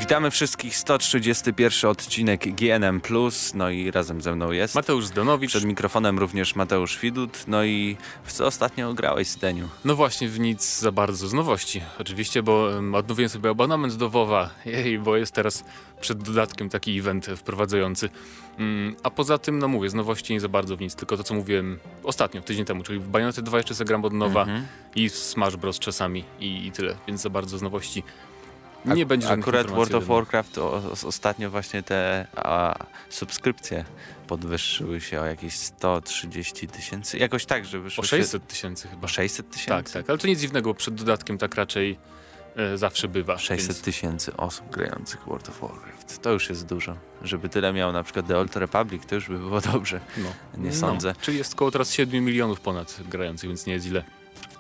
Witamy wszystkich, 131 odcinek GNM+, no i razem ze mną jest Mateusz Zdanowicz. Przed mikrofonem również Mateusz Widut. No i w co ostatnio grałeś, Zdeniu? No właśnie, w nic za bardzo z nowości. Oczywiście, bo odnowiłem sobie abonament do WoWa, bo jest teraz przed dodatkiem taki event wprowadzający. A poza tym, no mówię, z nowości nie za bardzo w nic, tylko to co mówiłem ostatnio, tydzień temu, czyli w Bayonetta 2 jeszcze zagram od nowa i w Smash Bros czasami i tyle, więc za bardzo z nowości nie będzie żadnych Akurat World of informacji Warcraft ostatnio właśnie te subskrypcje podwyższyły się o jakieś 130 tysięcy, jakoś tak, że wyszło o 600 tysięcy chyba. O 600 tysięcy? Tak, ale to nic dziwnego, bo przed dodatkiem tak raczej zawsze bywa. 600 tysięcy osób grających World of Warcraft. To już jest dużo. Żeby tyle miał na przykład The Old Republic, to już by było dobrze. Nie sądzę. Czyli jest około teraz 7 milionów ponad grających, więc nie jest źle.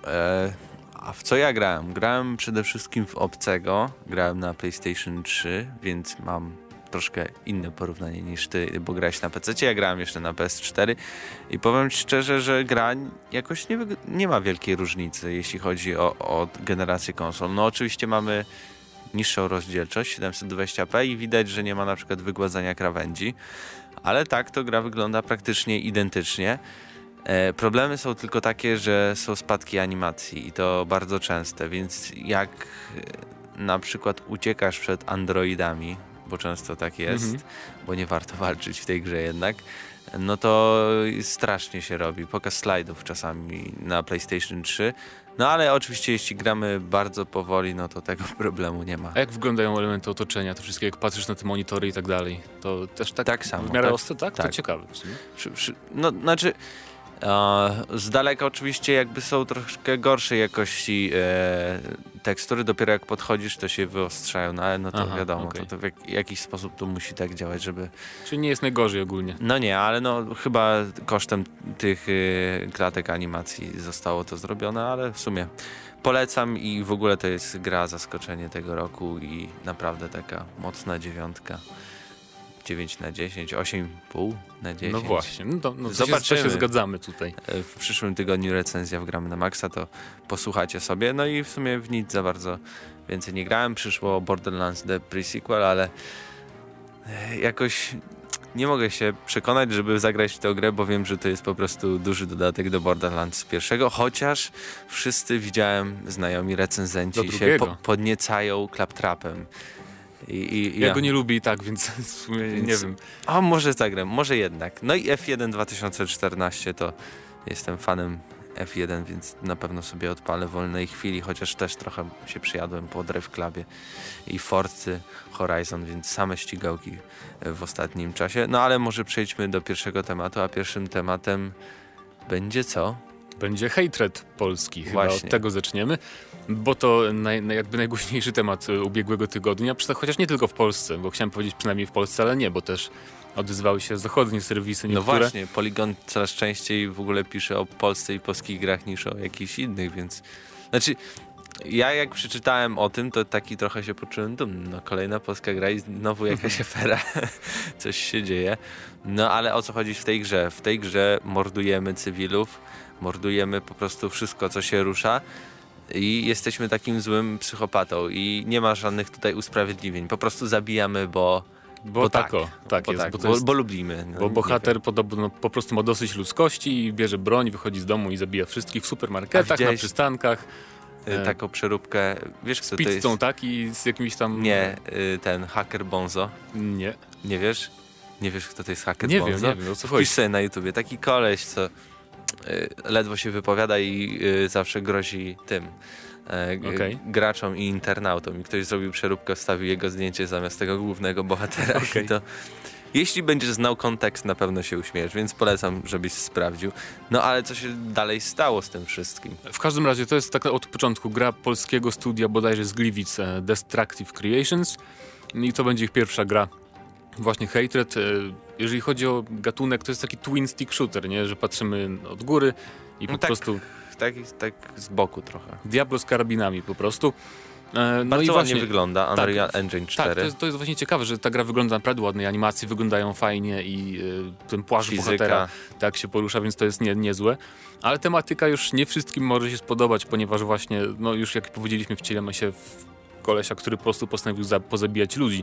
A w co ja grałem? Grałem przede wszystkim w Obcego. Grałem na PlayStation 3, więc mam troszkę inne porównanie niż ty, bo grałeś na PC. Ja grałem jeszcze na PS4 i powiem ci szczerze, że gra jakoś nie ma wielkiej różnicy, jeśli chodzi o generację konsol. No oczywiście mamy niższą rozdzielczość, 720p i widać, że nie ma na przykład wygładzania krawędzi, ale tak to gra wygląda praktycznie identycznie. Problemy są tylko takie, że są spadki animacji i to bardzo częste, więc jak na przykład uciekasz przed androidami, bo często tak jest, bo nie warto walczyć w tej grze jednak, no to strasznie się robi. Pokaz slajdów czasami na PlayStation 3, no ale oczywiście jeśli gramy bardzo powoli, no to tego problemu nie ma. A jak wyglądają elementy otoczenia, to wszystkie, jak patrzysz na te monitory i tak dalej, to też tak samo, w miarę tak, ostre, tak? To ciekawe w sumie. No, znaczy z daleka oczywiście jakby są troszkę gorszej jakości tekstury, dopiero jak podchodzisz to się wyostrzają, no ale no to wiadomo, okay. to w jakiś sposób to musi tak działać, żeby... Czyli nie jest najgorzej ogólnie. No nie, ale no chyba kosztem tych klatek animacji zostało to zrobione, ale w sumie polecam i w ogóle to jest gra zaskoczenie tego roku i naprawdę taka mocna 9. 9 na 10, 8,5 na 10. No właśnie, no zobaczymy. To się zgadzamy tutaj. W przyszłym tygodniu recenzja w Gramy na Maxa, to posłuchajcie sobie. No i w sumie w nic za bardzo więcej nie grałem. Przyszło Borderlands The Pre-Sequel, ale jakoś nie mogę się przekonać, żeby zagrać w tę grę, bo wiem, że to jest po prostu duży dodatek do Borderlands pierwszego, chociaż wszyscy widziałem, znajomi recenzenci się podniecają Claptrapem. Ja go nie lubię i tak, więc w sumie nie wiem. A może zagram, może jednak. No i F1 2014 to jestem fanem F1, więc na pewno sobie odpalę w wolnej chwili, chociaż też trochę się przyjadłem po Drive Clubie i Forcy Horizon, więc same ścigałki w ostatnim czasie. No ale może przejdźmy do pierwszego tematu, a pierwszym tematem będzie co? Będzie Hatred polski, chyba właśnie. Od tego zaczniemy, bo to jakby najgłośniejszy temat ubiegłego tygodnia, chociaż nie tylko w Polsce, bo chciałem powiedzieć przynajmniej w Polsce, ale nie, bo też odezwały się zachodnie serwisy niektóre. No właśnie, Polygon coraz częściej w ogóle pisze o Polsce i polskich grach niż o jakichś innych, więc... Znaczy, ja jak przeczytałem o tym, to taki trochę się poczułem dumny. No kolejna polska gra i znowu jakaś afera, coś się dzieje. No ale o co chodzi w tej grze? W tej grze mordujemy cywilów, mordujemy po prostu wszystko, co się rusza i jesteśmy takim złym psychopatą i nie ma żadnych tutaj usprawiedliwień. Po prostu zabijamy, bo lubimy. No, bo bohater podobno po prostu ma dosyć ludzkości i bierze broń, wychodzi z domu i zabija wszystkich w supermarketach, na przystankach. Taką przeróbkę, wiesz kto to jest? Z pizzą, tak? I z jakimś tam... Nie, ten haker Bonzo. Nie. Nie wiesz? Nie wiesz kto to jest haker nie Bonzo? Nie wiem, o co chodzi. Wpisz sobie na YouTubie, taki koleś, co ledwo się wypowiada i zawsze grozi tym graczom i internautom. I ktoś zrobił przeróbkę, wstawił jego zdjęcie zamiast tego głównego bohatera. I to, jeśli będziesz znał kontekst, na pewno się uśmiejesz, więc polecam, żebyś sprawdził. No ale co się dalej stało z tym wszystkim? W każdym razie to jest taka od początku gra polskiego studia bodajże z Gliwic, Destructive Creations, i to będzie ich pierwsza gra. Właśnie Hatred. Jeżeli chodzi o gatunek, to jest taki twin stick shooter, nie? Że patrzymy od góry i po prostu... Tak z boku trochę. Diablo z karabinami po prostu. Bardzo ładnie wygląda Unreal Engine 4. Tak, to jest właśnie ciekawe, że ta gra wygląda naprawdę ładnie, animacje wyglądają fajnie i ten płaszcz bohatera tak się porusza, więc to jest niezłe. Ale tematyka już nie wszystkim może się spodobać, ponieważ właśnie, no już jak powiedzieliśmy, wcielamy się w kolesia, który po prostu postanowił pozabijać ludzi.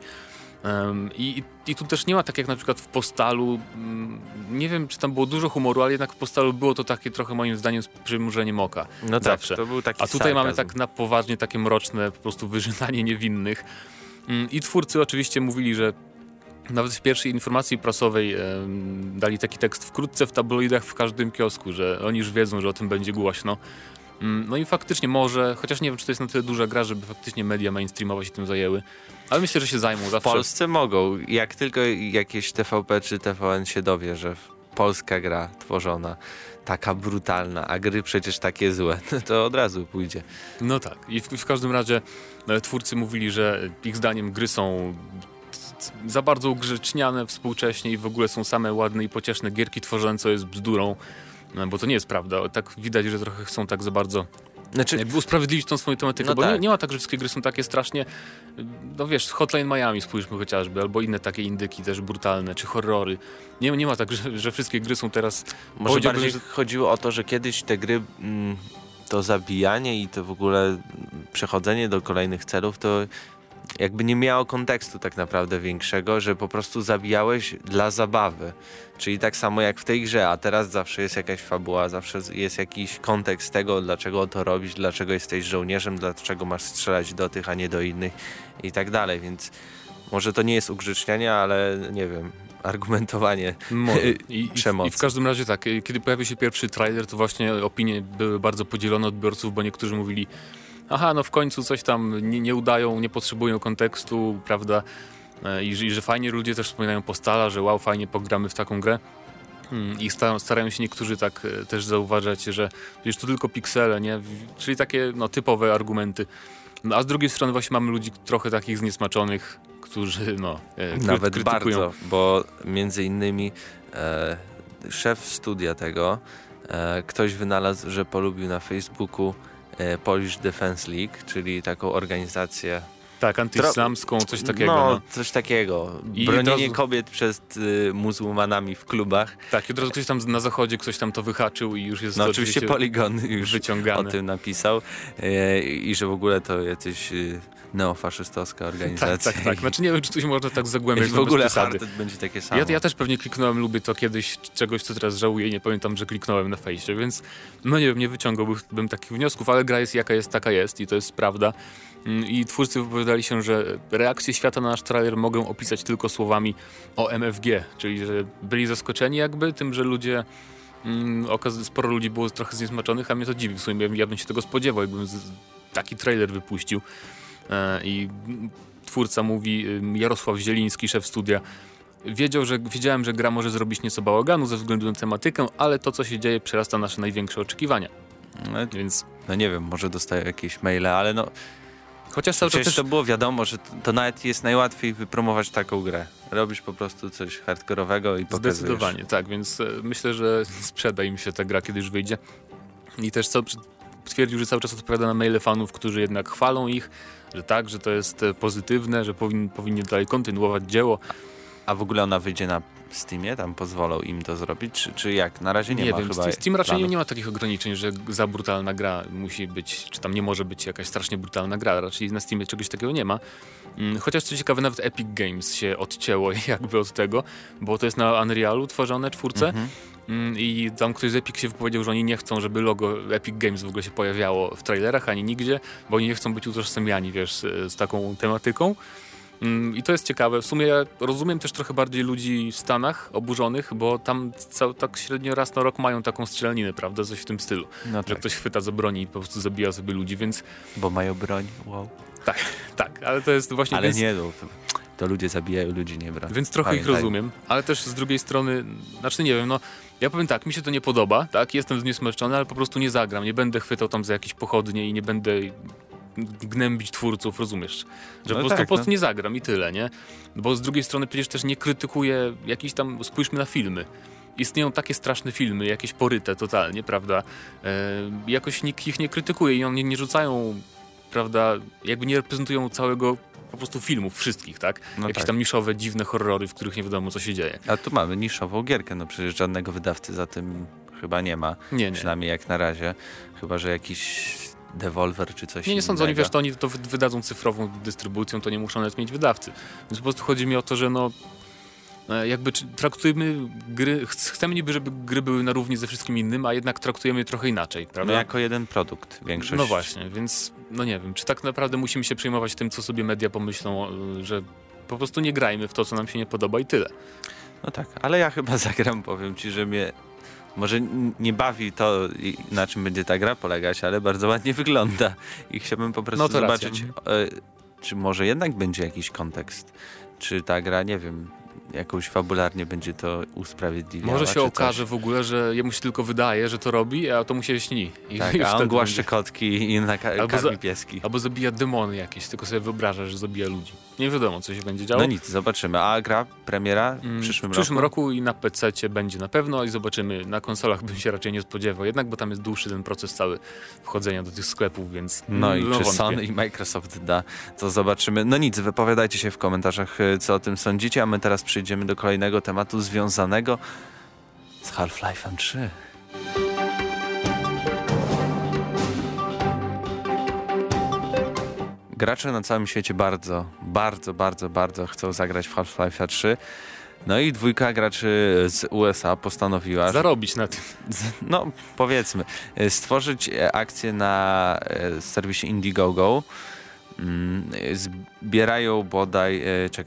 I tu też nie ma tak jak na przykład w Postalu, nie wiem czy tam było dużo humoru, ale jednak w Postalu było to takie trochę moim zdaniem z przymrużeniem oka. No zawsze. Tak, to był taki A tutaj sarkazm. mamy tak na poważnie takie mroczne po prostu wyżynanie niewinnych. I twórcy oczywiście mówili, że nawet w pierwszej informacji prasowej dali taki tekst wkrótce w tabloidach w każdym kiosku, że oni już wiedzą, że o tym będzie głośno. No i faktycznie może, chociaż nie wiem, czy to jest na tyle duża gra, żeby faktycznie media mainstreamowe się tym zajęły, ale myślę, że się zajmą W zawsze. Polsce mogą. Jak tylko jakieś TVP czy TVN się dowie, że polska gra tworzona, taka brutalna, a gry przecież takie złe, to od razu pójdzie. No tak. I w każdym razie twórcy mówili, że ich zdaniem gry są za bardzo ugrzeczniane współcześnie i w ogóle są same ładne i pocieszne gierki tworzone, co jest bzdurą, bo to nie jest prawda. Tak widać, że trochę chcą tak za bardzo Znaczy, jakby usprawiedliwić tą swoją tematykę, No bo tak. nie ma tak, że wszystkie gry są takie strasznie, no wiesz, Hotline Miami spójrzmy chociażby, albo inne takie indyki też brutalne, czy horrory. Nie ma tak, że wszystkie gry są teraz... może powiedziałbym, bardziej chodziło o to, że kiedyś te gry, to zabijanie i to w ogóle przechodzenie do kolejnych celów, to jakby nie miało kontekstu tak naprawdę większego, że po prostu zabijałeś dla zabawy. Czyli tak samo jak w tej grze, a teraz zawsze jest jakaś fabuła, zawsze jest jakiś kontekst tego, dlaczego to robisz, dlaczego jesteś żołnierzem, dlaczego masz strzelać do tych, a nie do innych i tak dalej, więc może to nie jest ugrzecznianie, ale nie wiem, argumentowanie I przemocy. w każdym razie tak, kiedy pojawił się pierwszy trailer, to właśnie opinie były bardzo podzielone odbiorców, bo niektórzy mówili, aha, no w końcu coś tam nie udają, nie potrzebują kontekstu, prawda, i że fajnie ludzie też wspominają Postala, że wow, fajnie pogramy w taką grę. I starają się niektórzy tak też zauważać, że przecież to tylko piksele, nie? Czyli takie no, typowe argumenty. No, a z drugiej strony właśnie mamy ludzi trochę takich zniesmaczonych, którzy no, Nawet krytykują. bardzo, bo między innymi szef studia tego, ktoś wynalazł, że polubił na Facebooku Polish Defense League, czyli taką organizację Tak, antyislamską, coś takiego. No, coś takiego. I Bronienie od razu- kobiet przed muzułmanami w klubach. Tak, i od razu ktoś tam na zachodzie, ktoś tam to wyhaczył i już jest No to oczywiście Polygon już wyciągane. o tym napisał i że w ogóle to jacyś neofaszystowska organizacja. Tak. Znaczy nie wiem, czy tu się można tak zagłębiać. I w no, ogóle bez przesady. Hearted będzie takie samo. Ja też pewnie kliknąłem, lubię to kiedyś, czegoś, co teraz żałuję i nie pamiętam, że kliknąłem na fejsie, więc no nie wiem, nie wyciągałbym takich wniosków, ale gra jest jaka jest, taka jest i to jest prawda. I twórcy wypowiadali się, że reakcję świata na nasz trailer mogą opisać tylko słowami o MFG, czyli że byli zaskoczeni jakby tym, że ludzie, sporo ludzi było trochę zniesmaczonych, a mnie to dziwi, w sumie ja bym się tego spodziewał, jakbym taki trailer wypuścił. I twórca mówi, Jarosław Zieliński, szef studia, wiedziałem, że gra może zrobić nieco bałaganu ze względu na tematykę, ale to, co się dzieje, przerasta nasze największe oczekiwania. Więc No nie wiem, może dostają jakieś maile, ale no chociaż cały czas przecież też... to było wiadomo, że to nawet jest najłatwiej wypromować taką grę. Robisz po prostu coś hardkorowego i pokazujesz. Zdecydowanie, tak, więc myślę, że sprzeda im się ta gra, kiedy już wyjdzie. I też twierdził, że cały czas odpowiada na maile fanów, którzy jednak chwalą ich, że tak, że to jest pozytywne, że powinni dalej kontynuować dzieło. A w ogóle ona wyjdzie na Steamie? Tam pozwolą im to zrobić? Czy jak? Na razie nie ma wiem, chyba Steam raczej planów. nie ma takich ograniczeń, że za brutalna gra musi być, czy tam nie może być jakaś strasznie brutalna gra. Raczej na Steamie czegoś takiego nie ma. Chociaż co ciekawe, nawet Epic Games się odcięło jakby od tego, bo to jest na Unrealu tworzone czwórce. I tam ktoś z Epic się wypowiedział, że oni nie chcą, żeby logo Epic Games w ogóle się pojawiało w trailerach ani nigdzie, bo oni nie chcą być utożsamiani, wiesz, z taką tematyką. I to jest ciekawe. W sumie ja rozumiem też trochę bardziej ludzi w Stanach oburzonych, bo tam tak średnio raz na rok mają taką strzelaninę, prawda? Coś w tym stylu. No Że tak, ktoś chwyta za broń i po prostu zabija sobie ludzi, więc bo mają broń. Wow. tak, ale to jest właśnie... Ale więc, nie, no, to ludzie zabijają ludzi, nie broń. Więc trochę ich Pamiętaj. rozumiem, ale też z drugiej strony, znaczy nie wiem, no ja powiem tak, mi się to nie podoba, tak? Jestem zniesmaczony, ale po prostu nie zagram, nie będę chwytał tam za jakieś pochodnie i nie będę gnębić twórców, rozumiesz? Że No po tak, prostu no. nie zagram i tyle, nie? Bo z drugiej strony przecież też nie krytykuję jakiś tam, spójrzmy na filmy. Istnieją takie straszne filmy, jakieś poryte totalnie, prawda? Jakoś nikt ich nie krytykuje i oni nie rzucają, prawda, jakby nie reprezentują całego po prostu filmów, wszystkich, tak? No Jakieś tak. tam niszowe, dziwne horrory, w których nie wiadomo, co się dzieje. A tu mamy niszową gierkę, no przecież żadnego wydawcy za tym chyba nie ma. Nie. Przynajmniej jak na razie. Chyba że jakiś Devolver czy coś Nie sądzę, innego. oni to wydadzą cyfrową dystrybucją, to nie muszą nawet mieć wydawcy. Więc po prostu chodzi mi o to, że jakby traktujemy gry, chcemy niby, żeby gry były na równi ze wszystkim innym, a jednak traktujemy je trochę inaczej, prawda? No jako jeden produkt większość. No właśnie, więc nie wiem, czy tak naprawdę musimy się przejmować tym, co sobie media pomyślą, że po prostu nie grajmy w to, co nam się nie podoba i tyle. No tak, ale ja chyba zagram, powiem ci, że mnie może nie bawi to, na czym będzie ta gra polegać, ale bardzo ładnie wygląda i chciałbym po prostu zobaczyć, czy może jednak będzie jakiś kontekst, czy ta gra, nie wiem, jakoś fabularnie będzie to usprawiedliwiała. Może się okaże w ogóle, że jemu się tylko wydaje, że to robi, a to mu się śni. Tak, a on głaszcze kotki i karmi pieski. Albo zabija demony jakieś, tylko sobie wyobraża, że zabija ludzi. Nie wiadomo, co się będzie działo. No nic, zobaczymy. A gra, premiera w przyszłym roku? W przyszłym roku i na PC-cie będzie na pewno i zobaczymy. Na konsolach bym się raczej nie spodziewał, jednak bo tam jest dłuższy ten proces cały wchodzenia do tych sklepów, więc No i czy wątpię. Sony i Microsoft da, to zobaczymy. No nic, wypowiadajcie się w komentarzach, co o tym sądzicie, a my teraz przejdziemy do kolejnego tematu związanego z Half-Life'em 3. Gracze na całym świecie bardzo chcą zagrać w Half-Life'a 3. No i dwójka graczy z USA postanowiła zarobić na tym. No, powiedzmy, stworzyć akcję na serwisie Indiegogo. Zbierają bodaj,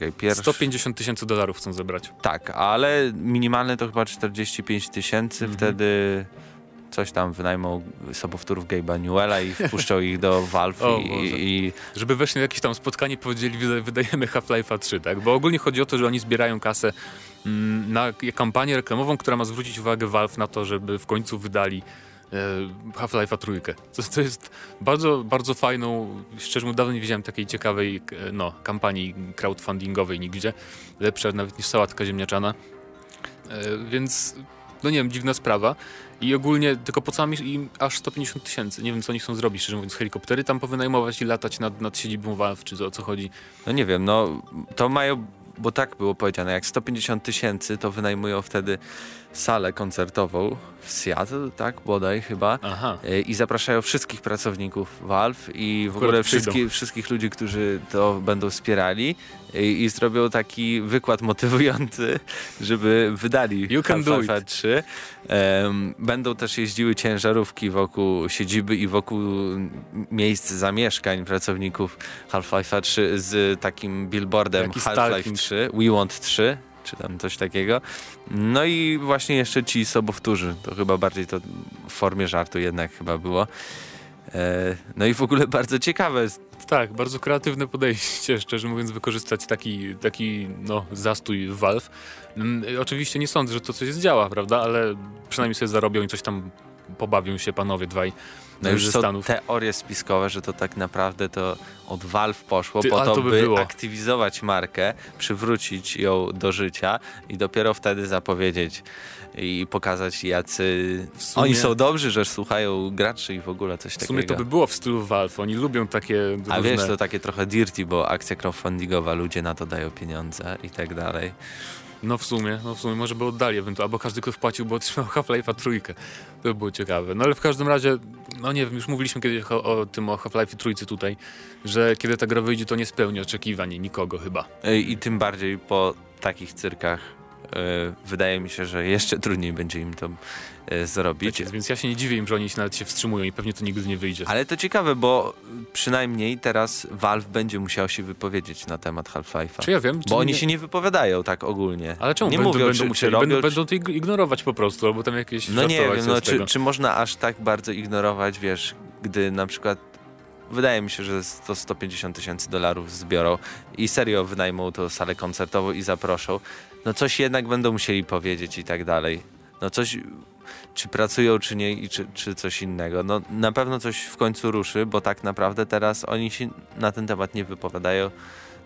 $150 000 chcą zebrać. Tak, ale minimalne to chyba 45 000, wtedy coś tam wynajmą sobowtórów Gabe'a Newella i wpuszczą ich do Valve i żeby weszli na jakieś tam spotkanie, powiedzieli, wydajemy Half-Life'a 3, tak? Bo ogólnie chodzi o to, że oni zbierają kasę na kampanię reklamową, która ma zwrócić uwagę Valve na to, żeby w końcu wydali Half-Life'a 3. To jest bardzo, bardzo fajną, szczerze mówiąc, dawno nie widziałem takiej ciekawej kampanii crowdfundingowej nigdzie. Lepsza nawet niż sałatka ziemniaczana. Więc nie wiem, dziwna sprawa. I ogólnie tylko po całym im aż 150 000. Nie wiem, co oni chcą zrobić, szczerze mówiąc, helikoptery tam powynajmować i latać nad siedzibą Valve, czy o co chodzi. No nie wiem, to mają, bo tak było powiedziane, jak 150 000, to wynajmują wtedy salę koncertową w Seattle, tak, bodaj chyba. Aha. I zapraszają wszystkich pracowników Valve i w ogóle wszystkich ludzi, którzy to będą wspierali i zrobią taki wykład motywujący, żeby wydali Half-Life 3. Będą też jeździły ciężarówki wokół siedziby i wokół miejsc zamieszkań pracowników Half-Life 3 z takim billboardem Half-Life 3, We Want 3, czy tam coś takiego. No i właśnie jeszcze ci sobowtórzy, to chyba bardziej to w formie żartu jednak chyba było. No i w ogóle bardzo ciekawe. Tak, bardzo kreatywne podejście, szczerze mówiąc, wykorzystać taki zastój w Valve. Oczywiście nie sądzę, że to coś zdziała, prawda, ale przynajmniej sobie zarobią i coś tam pobawią się panowie dwaj. No już są teorie spiskowe, że to tak naprawdę to od Valve poszło po to, by aktywizować markę, przywrócić ją do życia i dopiero wtedy zapowiedzieć i pokazać, jacy oni są dobrzy, że słuchają graczy i w ogóle coś takiego. W sumie to by było w stylu Valve, oni lubią takie różne... A wiesz, to takie trochę dirty, bo akcja crowdfundingowa, ludzie na to dają pieniądze i tak dalej. No w sumie może by oddali ewentualnie, albo każdy, kto wpłacił, by otrzymał Half-Life'a 3. To by było ciekawe. No ale w każdym razie, nie wiem, już mówiliśmy kiedyś o Half-Life'ie 3 tutaj, że kiedy ta gra wyjdzie, to nie spełni oczekiwań nikogo chyba. I tym bardziej po takich cyrkach wydaje mi się, że jeszcze trudniej będzie im to zrobić. Więc ja się nie dziwię im, że oni nawet się wstrzymują i pewnie to nigdy nie wyjdzie. Ale to ciekawe, bo przynajmniej teraz Valve będzie musiał się wypowiedzieć na temat Half-Life'a. Czy ja wiem? Bo oni się nie wypowiadają tak ogólnie. Ale czemu? Nie mówią, będą to ignorować po prostu, albo tam jakieś... No nie wiem, czy można aż tak bardzo ignorować, wiesz, gdy na przykład wydaje mi się, że to 150 000 $, zbiorą i serio wynajmą tą salę koncertową i zaproszą. No coś jednak będą musieli powiedzieć i tak dalej. No coś, czy pracują, czy nie, i czy coś innego. No na pewno coś w końcu ruszy, bo tak naprawdę teraz oni się na ten temat nie wypowiadają.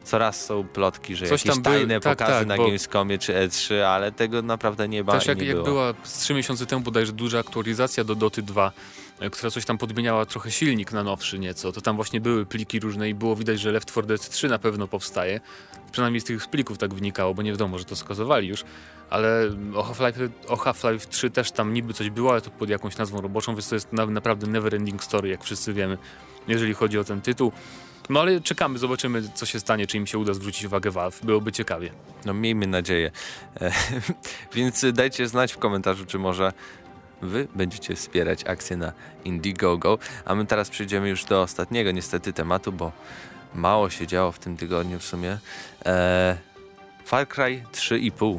coraz są plotki, że Coś jakieś tam tajne pokazy na bo Gamescomie czy E3, ale tego naprawdę nie też jak było. była z 3 miesiące temu bodajże duża aktualizacja do Doty 2, która coś tam podmieniała trochę silnik na nowszy nieco, to tam właśnie były pliki różne i było widać, że Left 4 Dead 3 na pewno powstaje. Przynajmniej z tych plików tak wynikało, bo nie wiadomo, że to skazowali już, ale o Half-Life 3 też tam niby coś było, ale to pod jakąś nazwą roboczą, więc to jest naprawdę never ending story, jak wszyscy wiemy, jeżeli chodzi o ten tytuł. No ale czekamy, zobaczymy, co się stanie, czy im się uda zwrócić uwagę Valve. Byłoby ciekawie. No miejmy nadzieję. Więc dajcie znać w komentarzu, czy może wy będziecie wspierać akcję na Indiegogo. A my teraz przejdziemy już do ostatniego niestety tematu, bo mało się działo w tym tygodniu w sumie. Far Cry 3,5.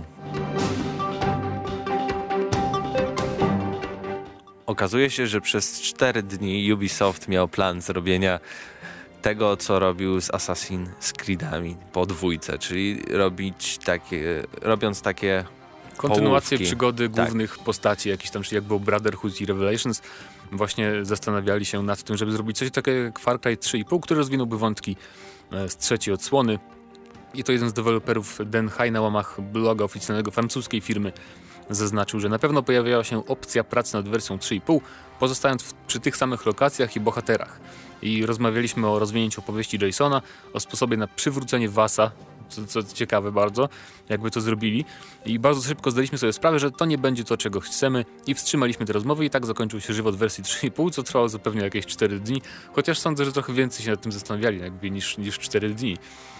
Okazuje się, że przez 4 dni Ubisoft miał plan zrobienia tego, co robił z Assassin's Creedami po dwójce, czyli robiąc takie kontynuację połówki. przygody głównych postaci, jakiś tam, czyli jak był Brotherhood i Revelations, właśnie zastanawiali się nad tym, żeby zrobić coś takiego jak Far Cry 3,5, który rozwinąłby wątki z trzeciej odsłony. I to jeden z deweloperów, Den Hai, na łamach bloga oficjalnego francuskiej firmy zaznaczył, że na pewno pojawiała się opcja pracy nad wersją 3,5, pozostając przy tych samych lokacjach i bohaterach. I rozmawialiśmy o rozwinięciu opowieści Jasona, o sposobie na przywrócenie Vasa, co ciekawe bardzo, jakby to zrobili. I bardzo szybko zdaliśmy sobie sprawę, że to nie będzie to, czego chcemy, i wstrzymaliśmy te rozmowy i tak zakończył się żywot wersji 3,5, co trwało zupełnie jakieś 4 dni, chociaż sądzę, że trochę więcej się nad tym zastanawiali jakby niż 4 dni.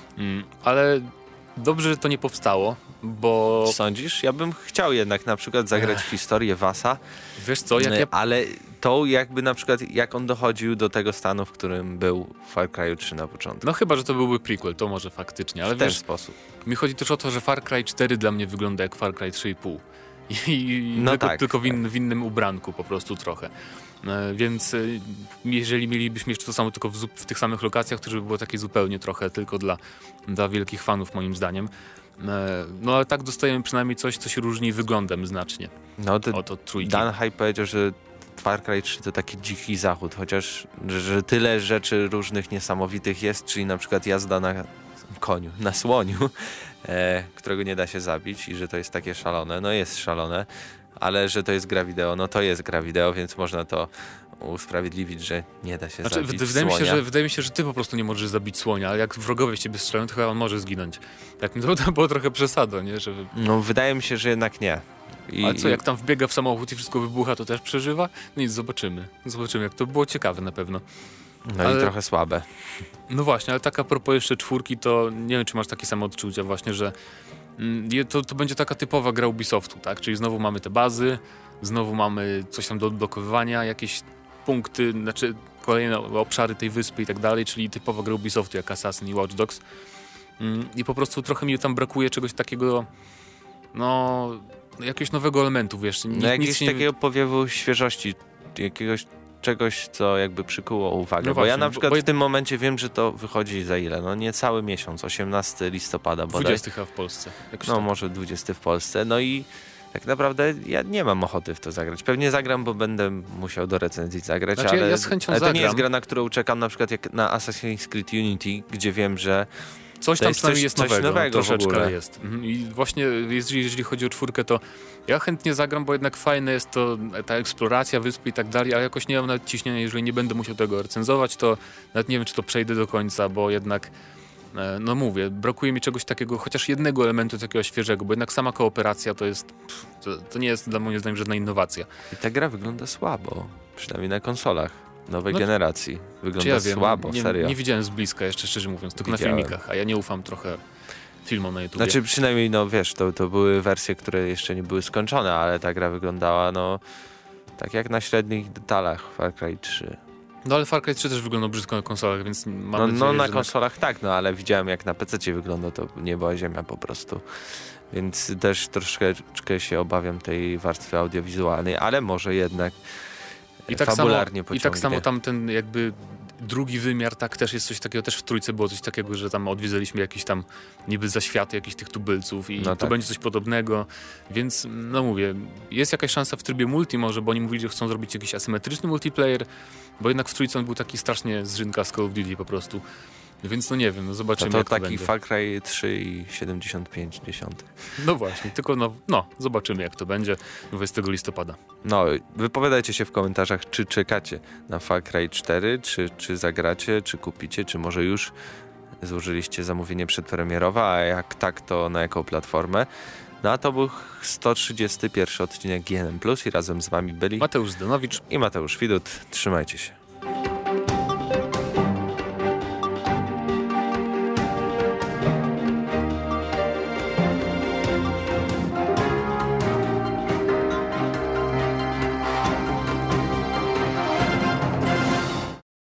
Ale dobrze, że to nie powstało, bo... Sądzisz? Ja bym chciał jednak na przykład zagrać w historię Vasa, Wiesz co, ale to jakby na przykład jak on dochodził do tego stanu, w którym był w Far Cry 3 na początku. No chyba, że to byłby prequel, to może faktycznie, ale w ten wiesz, sposób. mi chodzi też o to, że Far Cry 4 dla mnie wygląda jak Far Cry 3,5. No Tylko w innym ubranku po prostu trochę. Więc jeżeli mielibyśmy jeszcze to samo tylko w tych samych lokacjach, to żeby było takie zupełnie trochę tylko dla wielkich fanów moim zdaniem. No ale tak dostajemy przynajmniej coś, co się różni wyglądem znacznie. No Oto trójki. Dan Hai powiedział, że Far Cry 3 to taki dziki zachód, chociaż że tyle rzeczy różnych niesamowitych jest, czyli na przykład jazda na koniu, na słoniu, którego nie da się zabić i że to jest takie szalone. No jest szalone, ale że to jest gra wideo, no to jest gra wideo, więc można to usprawiedliwić, że nie da się zabić słonia. Wydaje mi się, że ty po prostu nie możesz zabić słonia, ale jak wrogowie w ciebie strzelają, to chyba on może zginąć. Tak mi to było trochę przesada, nie? No wydaje mi się, że jednak nie. Ale co, jak tam wbiega w samochód i wszystko wybucha, to też przeżywa? No nic, zobaczymy. Zobaczymy, jak to było ciekawe na pewno. No i trochę słabe. No właśnie, ale tak a propos jeszcze 4, to nie wiem, czy masz takie same odczucia właśnie, że to będzie taka typowa gra Ubisoftu, tak? Czyli znowu mamy te bazy, znowu mamy coś tam do odblokowywania, jakieś punkty, znaczy kolejne obszary tej wyspy i tak dalej, czyli typowa gra Ubisoftu jak Assassin i Watch Dogs. I po prostu trochę mi tam brakuje czegoś takiego, no jakiegoś nowego elementu, wiesz. Jakiegoś takiego powiewu świeżości, jakiegoś czegoś, co jakby przykuło uwagę. No bo ja właśnie, na przykład w tym momencie wiem, że to wychodzi za ile? No niecały miesiąc, 18 listopada bodaj. 20 chyba w Polsce. No może 20 w Polsce. No i tak naprawdę ja nie mam ochoty w to zagrać. Pewnie zagram, bo będę musiał do recenzji zagrać, znaczy, ale, ja z chęcią ale to zagram. nie jest gra, na którą czekam na przykład jak na Assassin's Creed Unity, gdzie wiem, że coś tam przynajmniej jest coś nowego w troszeczkę ogóle. jest. I właśnie jeżeli chodzi o 4, to ja chętnie zagram, bo jednak fajne jest to, ta eksploracja wyspy i tak dalej, ale jakoś nie mam nawet ciśnienia, jeżeli nie będę musiał tego recenzować, to nawet nie wiem, czy to przejdę do końca, bo jednak no mówię, brakuje mi czegoś takiego, chociaż jednego elementu takiego świeżego, bo jednak sama kooperacja to jest, to nie jest dla moim zdaniem żadna innowacja. I ta gra wygląda słabo, przynajmniej na konsolach nowej generacji. Wygląda ja wiem, słabo, serio. Nie widziałem z bliska jeszcze, szczerze mówiąc, tylko na filmikach, a ja nie ufam trochę filmom na YouTube. Znaczy przynajmniej, no wiesz, to były wersje, które jeszcze nie były skończone, ale ta gra wyglądała, no, tak jak na średnich detalach Far Cry 3. No ale Far Cry 3 też wygląda brzydko na konsolach, więc mam nadzieję, no na że konsolach tak, no ale widziałem jak na PC wygląda, to niebo ziemia po prostu. Więc też troszeczkę się obawiam tej warstwy audiowizualnej, ale może jednak fabularnie pociągnie. I tak samo tam ten jakby drugi wymiar, tak też jest coś takiego, też w 3 było coś takiego, że tam odwiedzaliśmy jakieś tam niby zaświaty jakichś tych tubylców i tu będzie coś podobnego, więc no mówię, jest jakaś szansa w trybie multi może, bo oni mówili, że chcą zrobić jakiś asymetryczny multiplayer, bo jednak w 3 on był taki strasznie zżynka z Call of Duty po prostu. Więc no nie wiem, no zobaczymy To jak to taki będzie. Far Cry 3,75. No właśnie, tylko no, zobaczymy jak to będzie 20 listopada. No, wypowiadajcie się w komentarzach, czy czekacie na Far Cry 4, czy zagracie, czy kupicie, czy może już złożyliście zamówienie przedpremierowe, a jak tak, to na jaką platformę. No a to był 131 odcinek GNM+, i razem z wami byli Mateusz Zdanowicz. i Mateusz Widut. Trzymajcie się.